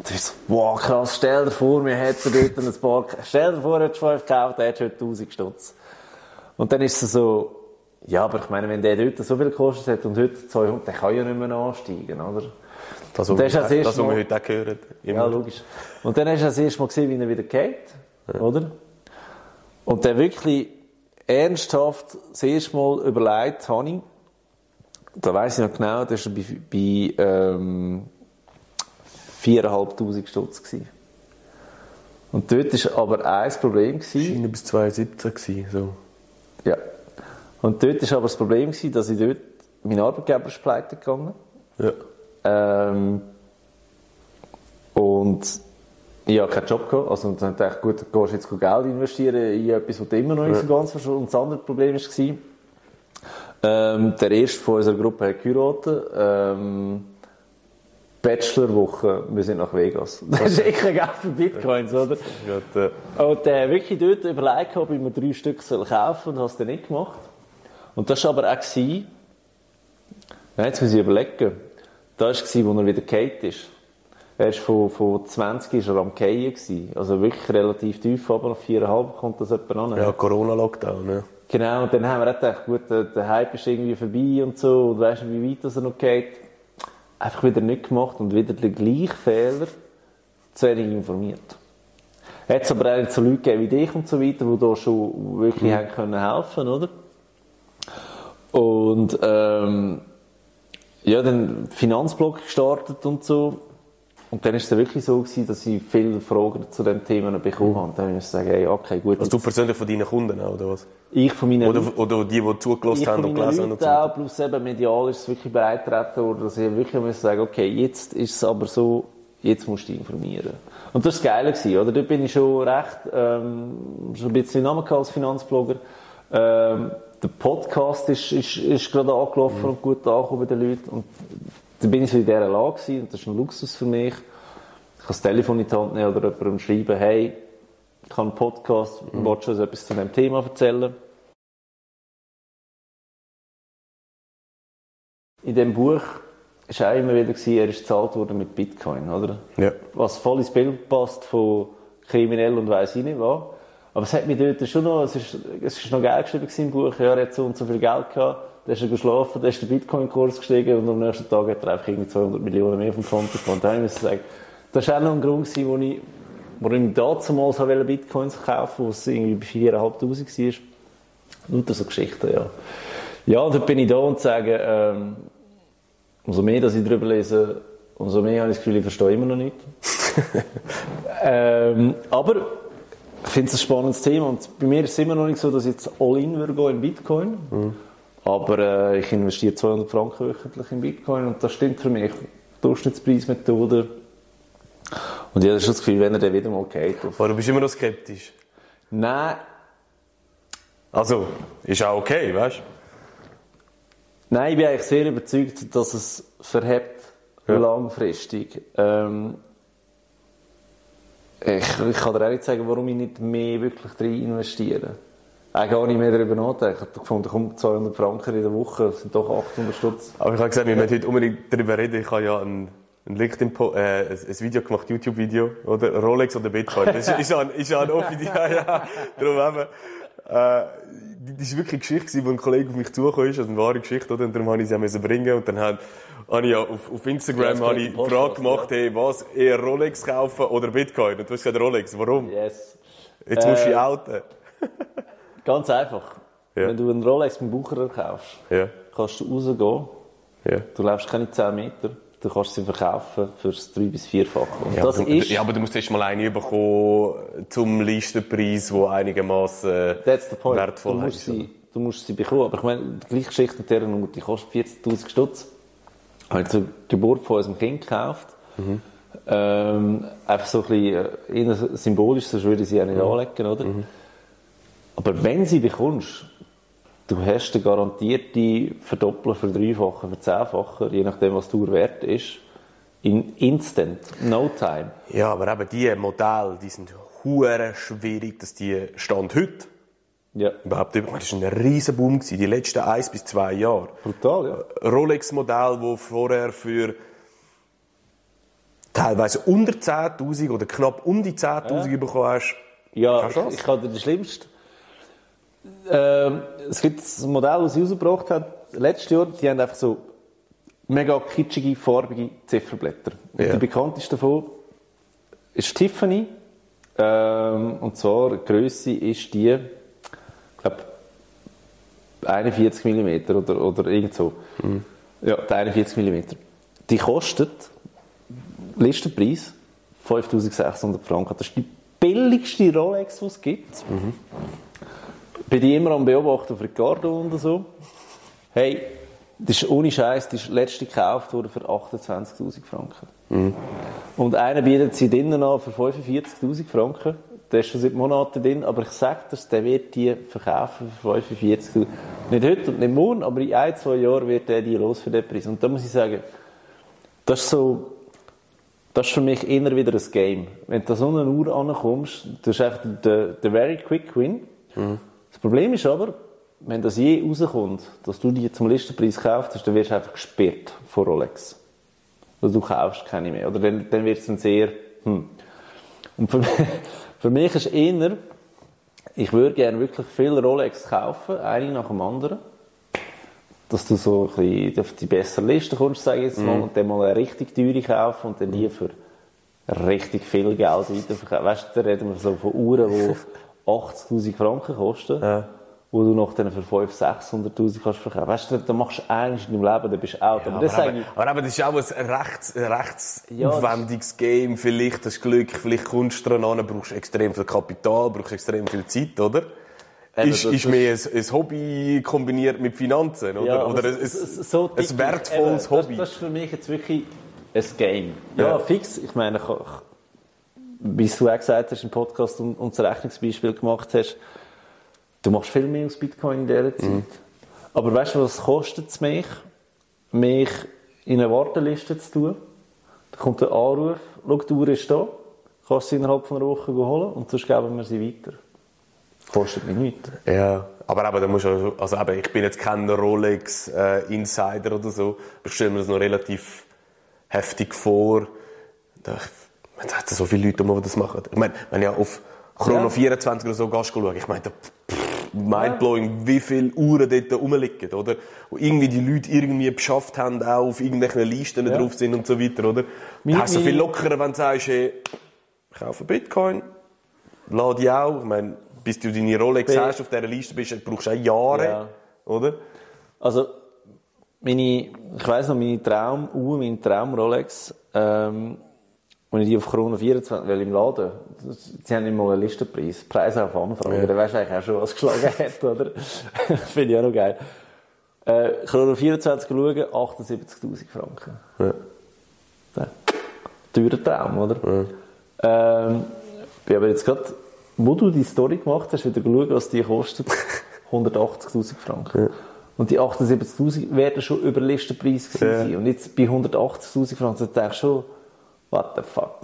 Und du bist so, wow, krass, stell dir vor, wir hätten dort ein paar, stell dir vor, du hättest fünf gekauft, der hättest heute tausend Stutz. Und dann ist es so, ja, aber ich meine, wenn der dort so viel gekostet hat und heute zweihundert, der kann ja nicht mehr ansteigen, oder? Das, was wir, das, das, was wir heute auch hören. Immer. Ja, logisch. Und dann hast du das erste Mal gesehen, wie er wieder geht, ja. Oder? Und der wirklich ernsthaft das erste Mal überlegt habe ich, da weiss ich noch genau, das war bei, bei ähm, viertausendfünfhundert Stutz gewesen. Und dort war aber ein Problem. Das war bis zweitausendsiebzehn. So. Ja. Und dort war aber das Problem, dass ich dort, mein Arbeitgeber ist pleite gegangen. Ja. Ähm, und ich hatte keinen Job gehabt. Also, und dann dachte ich, gut, du gehst jetzt Geld investieren in etwas, was du immer noch nicht so ganz verstehst. Und das andere Problem war, ähm, der erste von unserer Gruppe hat geheiratet. Ähm, Bachelorwoche, wir sind nach Vegas. Das ist echt kein Geld für Bitcoins, oder? Gut, äh. Und äh, wirklich dort überlegt, ob ich mir drei Stück kaufen soll und habe es dann nicht gemacht. Und das war aber auch, gewesen, ja, jetzt muss ich überlegen, das war, wo er wieder gefallen ist. Er ist von, von zwanzig ist er am Fallen gewesen. Also wirklich relativ tief, aber nach vier Komma fünf kommt das etwa an. Ja, Corona-Lockdown, ne? Genau, und dann haben wir auch gedacht, gut, der, der Hype ist irgendwie vorbei und so, und weißt du, wie weit das er noch geht. Einfach wieder nicht gemacht und wieder den gleichen Fehler, zu wenig informiert. Hat es aber auch so Leute gegeben wie dich und so weiter, die da schon wirklich mhm. haben können helfen, oder? Und, ähm, ja, dann Finanzblock gestartet und so. Und dann war es dann wirklich so gewesen, dass ich viele Fragen zu diesem Thema bekommen habe. Und dann musste ich sagen, hey, okay, gut. Also du persönlich von deinen Kunden auch, oder was? Ich von meinen Oder, oder die, die zugelassen haben und gelesen haben? Ich auch, plus eben medial ist es wirklich beitreten worden, dass ich wirklich musste sagen, okay, jetzt ist es aber so, jetzt musst du dich informieren. Und das war das Geile, oder? Dort bin ich schon recht, ähm, schon ein bisschen Namen als Finanzblogger. Ähm, der Podcast ist, ist, ist gerade angelaufen mhm. und gut angekommen bei den Leuten. Und dann bin ich so in dieser Lage gewesen, und das ist ein Luxus für mich. Ich kann das Telefon in die Hand nehmen oder jemandem schreiben, hey, ich habe einen Podcast, mhm. willst du uns etwas zu diesem Thema erzählen? In diesem Buch war auch immer wieder, er ist gezahlt worden mit Bitcoin, oder? Ja. Was voll ins Bild passt von kriminell und weiss ich nicht was. Aber es hat mich dort schon noch, es ist, es ist noch geil geschrieben im Buch, ja, er hat so und so viel Geld gehabt, dann ist er geschlafen, dann ist der Bitcoin-Kurs gestiegen und am nächsten Tag hat er einfach irgendwie zweihundert Millionen mehr vom Konto gehabt. Dann muss ich sagen, das war auch noch ein Grund, wo ich, wo ich damals wollte Bitcoins kaufen, wo es irgendwie bei viertausendfünfhundert war. Lauter so Geschichten, ja. Ja, und dann bin ich da und sage, ähm, umso mehr, dass ich darüber lese, umso mehr habe ich das Gefühl, ich verstehe immer noch nicht. ähm, aber ich finde es ein spannendes Thema und bei mir ist es immer noch nicht so, dass ich jetzt all-in würde gehen in Bitcoin. Mhm. Aber äh, ich investiere zweihundert Franken wöchentlich in Bitcoin und das stimmt für mich. Durchschnittspreismethode. Und ich habe schon das Gefühl, wenn er dann wieder mal geht. Aber du bist immer noch skeptisch? Nein. Also, ist auch okay, weißt du? Nein, ich bin eigentlich sehr überzeugt, dass es verhebt, ja. langfristig. Ähm, ich, ich kann dir auch nicht sagen, warum ich nicht mehr wirklich drin investiere. Ich gar nicht mehr darüber nachdenken. Ich habe gefunden, zweihundert Franken in der Woche, das sind doch achthundert Stutz. Aber ich habe gesagt, wir müssen heute unbedingt darüber reden. Ich habe ja ein, ein LinkedIn, äh, ein Video gemacht, YouTube-Video, oder? Rolex oder Bitcoin. Das ist, ist ja ein, ist ja ein Offiziell, ja, ja. Darum eben. Äh, das war wirklich eine Geschichte, wo ein Kollege auf mich zugekommen ist, also eine wahre Geschichte, oder? Und darum musste ich sie bringen. Und dann habe ich ja auf, auf Instagram ja, ich die Frage gemacht, ja. hey, was, eher Rolex kaufen oder Bitcoin? Und du hast gesagt, Rolex, warum? Yes. Jetzt äh, musst du dich outen. Ganz einfach. Ja. Wenn du einen Rolex mit Bucherer kaufst, ja. kannst du rausgehen, ja. du läufst keine zehn Meter, du kannst sie verkaufen für das drei- bis vierfache. Ja, das ist, ja, aber du musst erst mal eine bekommen zum Listenpreis, der einigermaßen wertvoll du musst ist. Sie, du musst sie bekommen. Aber ich meine, die gleiche Geschichte mit dieser Nummer, die kostet vierzigtausend Stutz. Ich habe zur Geburt von unserem Kind gekauft. Mhm. Ähm, einfach so ein bisschen symbolisch, sonst würde ich sie auch nicht mhm. anlegen, oder? Mhm. Aber wenn sie bekommst, du hast eine garantierte Verdoppler, Verdreifacher, Verzehnfacher, je nachdem, was der Wert ist, in instant, no time. Ja, aber eben diese Modelle, die sind hure schwierig, dass die Stand heute ja. überhaupt über. Das war ein riesen Boom gewesen, die letzten eins bis zwei Jahre. Brutal, ja. Rolex-Modell, das vorher für teilweise unter zehntausend oder knapp um die zehntausend ja. bekommen hast. Ja, ich, ich hatte das Schlimmste. Ähm, es gibt ein Modell, das sie rausgebracht hat, letztes Jahr, die haben einfach so mega kitschige, farbige Zifferblätter. Ja. Die bekannteste davon ist Tiffany. Ähm, und zwar, die Grösse ist die, ich glaube, einundvierzig Millimeter oder, oder irgend so. Mhm. Ja, einundvierzig Millimeter. Die kostet, Listenpreis, fünftausendsechshundert Franken. Das ist die billigste Rolex, die es gibt. Mhm. Bin ich immer am Beobachten auf Ricardo und so. Hey, das ist ohne Scheiß, die ist letzte gekauft worden für achtundzwanzigtausend Franken. Mhm. Und einer bietet sie drinnen an für fünfundvierzigtausend Franken. Der ist schon seit Monaten drin, aber ich sage dir, der wird die verkaufen für fünfundvierzigtausend. Nicht heute und nicht morgen, aber in ein, zwei Jahren wird er die los für den Preis. Und da muss ich sagen, das ist so, das ist für mich immer wieder ein Game. Wenn du an so eine Uhr ankommst, du hast einfach den, den very quick win. Mhm. Das Problem ist aber, wenn das je rauskommt, dass du die zum Listenpreis kaufst, dann wirst du einfach gesperrt von Rolex. Also du kaufst keine mehr. Oder dann, dann wird es dann sehr, hm. Und für mich, für mich ist eher, ich würde gerne wirklich viele Rolex kaufen, eine nach dem anderen. Dass du so ein bisschen auf die bessere Liste kommst, sage ich jetzt mal, mm. und dann mal eine richtig teure kaufen und dann die für richtig viel Geld weiterverkaufen. Weißt du, da reden wir so von Uhren, die achtzigtausend Franken kosten. Ja. Wo du noch dann für fünfhunderttausend, sechshunderttausend kannst verkaufen. Weißt du, da machst du eines in deinem Leben, dann bist du out. Ja, aber, das aber, aber, aber, aber das ist auch ein rechts, rechts ja, aufwendiges Game. Vielleicht das Glück, vielleicht kommst du dran an, brauchst extrem viel Kapital, brauchst extrem viel Zeit, oder? Eben, ist, ist mehr ein, ein Hobby kombiniert mit Finanzen, oder? Ja, oder ein, ein, so ein wertvolles eben, Hobby. Das, das ist für mich jetzt wirklich ein Game. Ja, ja. Fix. Ich meine, ich, wie du auch gesagt hast im Podcast und, und das Rechnungsbeispiel gemacht hast, du machst viel mehr aus Bitcoin in dieser Zeit. Mhm. Aber weißt du, was kostet es mich, mich in eine Warteliste zu tun? Da kommt ein Anruf, schau, die Uhr ist da, kannst sie innerhalb von einer Woche holen und sonst geben wir sie weiter. Kostet mich nichts. Ja, aber eben, da musst du, also eben, ich bin jetzt kein Rolex-Insider äh, oder so, aber ich stelle mir das noch relativ heftig vor. Da, es hat so viele Leute, die das machen. Ich meine, wenn ja auf Chrono ja. vierundzwanzig oder so gehst du schauen, ich meine, mindblowing, wie viele Uhren dort rumliegen, oder? Wo irgendwie die Leute irgendwie beschafft haben, auch auf irgendwelchen Listen ja. drauf sind und so weiter, oder? Da hast du viel lockerer, wenn du sagst, hey, ich kaufe Bitcoin, lade die auch, ich meine, bis du deine Rolex hast, auf dieser Liste bist, brauchst du auch Jahre, ja. oder? Also, meine, ich weiss noch, meine Traumuhr, meine Traum-Rolex, ähm, wenn ich die auf Chrono vierundzwanzig, weil im Laden, sie haben immer einen Listenpreis, Preis auf Anfrage, ja. Dann weisst du eigentlich auch schon, was geschlagen hat, oder? Finde ich auch noch geil. Äh, Chrono vierundzwanzig schauen, achtundsiebzigtausend Franken. Ja. Ja. Teurer Traum, oder? Ja. Ähm, bin aber jetzt gerade, wo du die Story gemacht hast, wieder geschaut, was die kostet, hundertachtzigtausend Franken. Ja. Und die achtundsiebzigtausend werden schon über Listenpreis gewesen sein. Und jetzt bei hundertachtzigtausend Franken, da denkst du schon, what the fuck?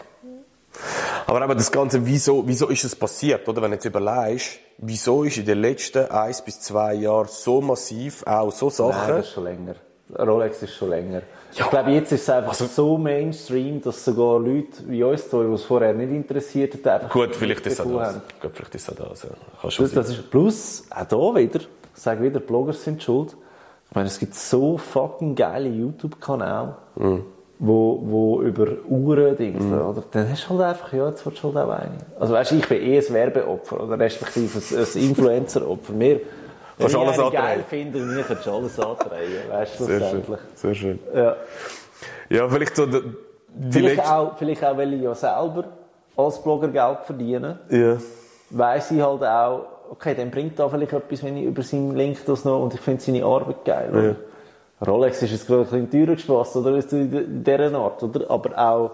Aber eben das Ganze, wieso, wieso ist es passiert, oder? Wenn du jetzt überlegst, wieso ist in den letzten eins bis zwei Jahren so massiv auch so Sachen? Nein, das ist schon länger. Rolex ist schon länger. Ja. Ich glaube, jetzt ist es einfach also, so Mainstream, dass sogar Leute wie uns, die es vorher nicht interessiert hat, einfach gut, vielleicht ist es auch das. Gut, vielleicht ist es auch das. Ja. Plus, das ist, plus, auch hier wieder, ich sage wieder, Blogger sind schuld. Ich meine, es gibt so fucking geile YouTube-Kanäle, mhm. wo, wo über Uhren Dings, mhm. oder? Dann hast du halt einfach, ja, jetzt willst du halt auch eine. Also weißt du, ich bin eh ein Werbeopfer, oder respektive ein, ein Influencer-Opfer. Wir, Kannst wenn alles ich geil finde, mir kannst du alles antreiben, weißt du, sehr schön, sehr schön. Ja. Ja, vielleicht so, die vielleicht auch, vielleicht auch, weil ich ja selber als Blogger Geld verdiene, ja. weiss ich halt auch, okay, dann bringt da vielleicht etwas, wenn ich über seinen Link das noch, und ich finde seine Arbeit geil, oder? Ja. Rolex ist jetzt gerade ein bisschen teurer gespaßt, oder? In dieser Art, oder? Aber auch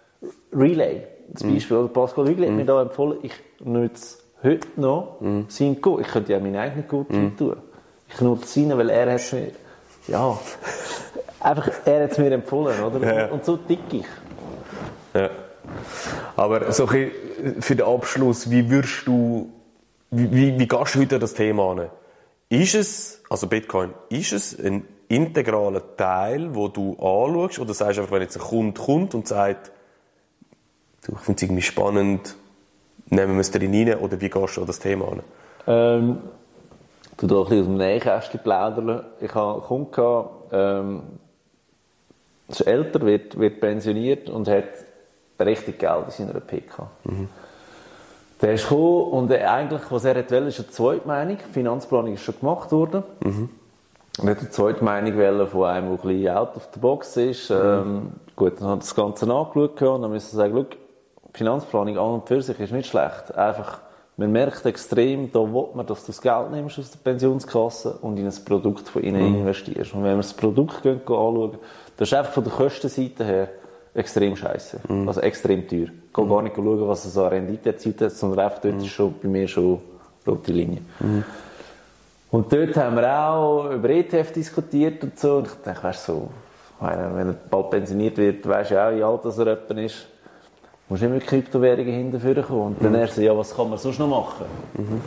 Relay, zum Beispiel, mm. Pascal Hügel hat mm. mir da empfohlen, ich nutze heute noch mm. seinen Code. Ich könnte ja meinen eigenen Code mm. tun. Ich nutze seinen, weil er hat mir, ja, einfach, er hat es mir empfohlen, oder? Ja. Und, und so tick ich. Ja. Aber so ein bisschen für den Abschluss, wie würdest du, wie, wie, wie gehst du heute an das Thema an? Ist es, also Bitcoin, ist es ein integraler Teil, wo du anschaust, oder sagst du einfach, wenn jetzt ein Kunde kommt und sagt, du, ich finde es irgendwie spannend, nehmen wir es drin rein oder wie gehst du an das Thema an? Ähm, du da ein bisschen aus dem Nähkästchen plaudern. Ich hatte einen Kunden, gehabt, ähm, ist älter, wird, wird pensioniert und hat richtig Geld in seiner P K. Mhm. Der ist gekommen und eigentlich, was er wollte, ist eine Zweitmeinung. Die Finanzplanung ist schon gemacht worden. Mhm. Er wollte eine Zweitmeinung von einem, der ein bisschen out of the box ist. Mhm. Ähm, gut, dann hat er das Ganze angeschaut und dann müssen wir sagen, die Finanzplanung an und für sich ist nicht schlecht. Einfach, man merkt extrem, da will man, dass du das Geld nimmst aus der Pensionskasse und in ein Produkt von ihnen mhm. investierst. Und wenn wir das Produkt gehen, anschauen, das ist einfach von der Kostenseite her extrem scheiße. Mhm. Also extrem teuer. Ich kann mhm. gar nicht schauen, was es an Rendite erzielt hat, sondern einfach dort mhm. ist schon, bei mir schon rote Linie. Mhm. Und dort haben wir auch über E T F diskutiert und so. Und ich dachte, weißt du, so, wenn er bald pensioniert wird, weisst du auch, wie alt er etwa ist. Du musst immer mit Kryptowährungen hinterher kommen. Und dann mhm. er so, ja, was kann man sonst noch machen? Mhm.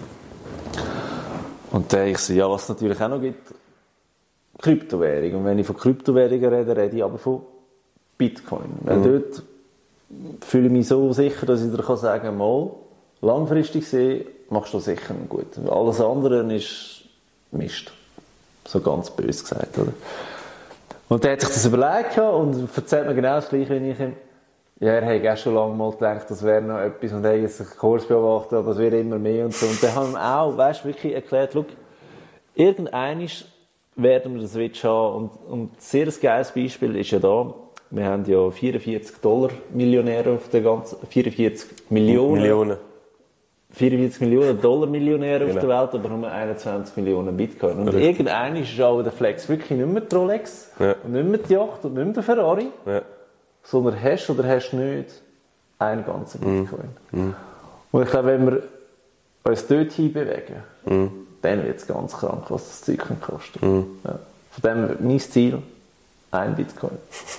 Und dann ich so, ja, was es natürlich auch noch gibt, Kryptowährungen. Und wenn ich von Kryptowährungen rede, rede ich aber von Bitcoin. Weil mhm. dort fühle ich mich so sicher, dass ich dir kann sagen, mal, langfristig gesehen, machst du sicher nicht gut. Alles andere ist Mist. So ganz böse gesagt, oder? Und der hat sich das überlegt und erzählt mir genau das Gleiche, wie ich ihm. Ja, er hat auch schon lange mal gedacht, das wäre noch etwas und er hat jetzt einen Kurs beobachtet, aber es wird immer mehr und so. Und dann haben wir auch, weißt du, wirklich erklärt, schau, irgendeinisch werden wir das Switch haben. Und, und ein sehr geiles Beispiel ist ja da, wir haben ja vierundvierzig Dollar Millionäre auf der ganzen, vierundvierzig Millionen. Millionen. vierundvierzig Millionen Dollar Millionäre genau. auf der Welt, aber nur einundzwanzig Millionen Bitcoin. Und richtig. Irgendwann ist auch der Flex wirklich nicht mehr die Rolex, ja. und nicht mehr die Yacht und nicht mehr der Ferrari, ja. sondern hast oder hast nicht einen ganzen Bitcoin. Mm. Und ich glaube, wenn wir uns dort hinbewegen, mm. dann wird es ganz krank, was das Zeug kostet. Mm. Ja. Von dem mein Ziel, ein Bitcoin.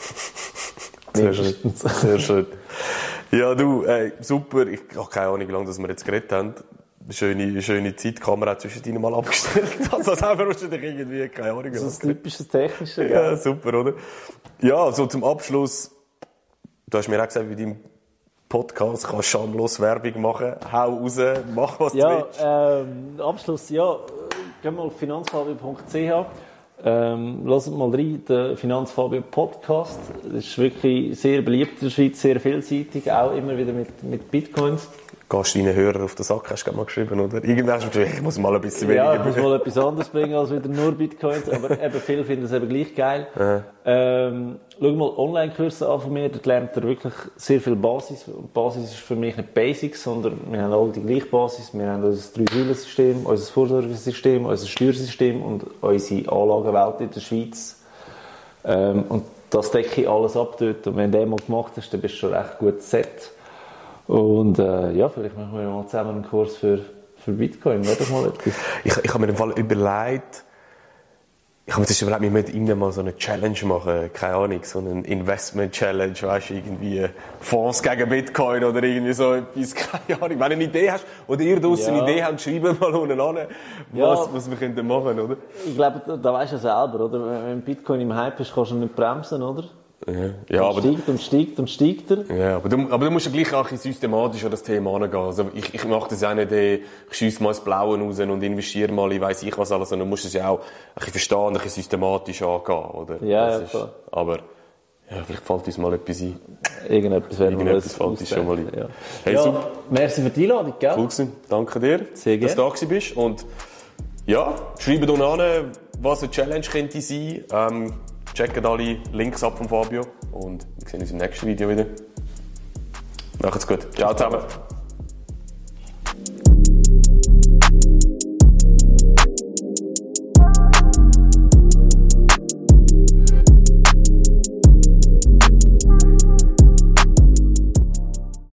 Sehr schön. Sehr schön. Ja, du, ey, super. Ich habe keine Ahnung, wie lange wir jetzt geredet haben. Schöne, schöne Zeit. Die Kamera hat zwischen ihnen mal abgestellt. Also, das haben wir wahrscheinlich irgendwie, keine Ahnung. Das ist das typische Technische, ja. Ja, super, oder? Ja, so zum Abschluss. Du hast mir auch gesagt, bei deinem Podcast kannst du schamlos Werbung machen. Hau raus, mach was ja, du willst. Ja, ähm, Abschluss, ja. Geh mal auf finanzfabio punkt c h. Ähm, lasst mal rein, den Finanzfabio Podcast. Das ist wirklich sehr beliebt in der Schweiz, sehr vielseitig, auch immer wieder mit, mit Bitcoins. Gehst du deinen Hörer auf den Sack, hast du mal geschrieben, oder? Irgendwann hast du gesagt, ich muss mal ein bisschen weniger. Ja, ich muss mal etwas anderes bringen als wieder nur Bitcoins, aber eben viele finden es eben gleich geil. Ja. Ähm, schau mal Online-Kurse an von mir, dort lernt ihr wirklich sehr viel Basis. Basis ist für mich nicht Basics, sondern wir haben alle die gleiche Basis. Wir haben unser Drei-Säulen-System, unser Vorsorgesystem, unser Steuersystem und unsere Anlagenwelt in der Schweiz. Ähm, und das decke ich alles ab dort. Und wenn du das mal gemacht hast, dann bist du schon recht gut set. Und äh, ja, vielleicht machen wir mal zusammen einen Kurs für, für Bitcoin. Wäre das mal etwas? Ich, ich habe mir im Fall überlegt, ich habe mir das überlegt, wir müssen irgendwann mal so eine Challenge machen, keine Ahnung, so eine Investment-Challenge, weißt du, irgendwie Fonds gegen Bitcoin oder irgendwie so etwas, keine Ahnung. Wenn du eine Idee hast oder ihr draussen ja. eine Idee habt, schreibt mal unten an, was, ja. was wir können machen, oder? Ich glaube, da, da weisst du ja selber, oder? Wenn Bitcoin im Hype ist, kannst du nicht bremsen, oder? Ja, ja, aber steigt und steigt und steigt er. Ja, aber du, aber du musst ja gleich auch ein systematisch an das Thema angehen. Also ich, ich mache das auch nicht, ich schiesse mal das Blaue raus und investiere mal, ich weiss ich was alles, sondern du musst es ja auch ein bisschen verstehen und ein bisschen systematisch angehen, oder? Ja, das ja, ist, klar. Aber, ja, vielleicht fällt uns mal etwas ein. Irgendetwas werden wir uns fällt uns schon mal ein. Ja, hey, ja so. Merci für die Einladung, gell? Cool gewesen. Danke dir, sehr dass du da gewesen bist. Und, ja, schreibt unten an, was eine Challenge könnte sein. Ähm, Checkt alle Links ab von Fabio und wir sehen uns im nächsten Video wieder. Macht's gut. Ciao zusammen.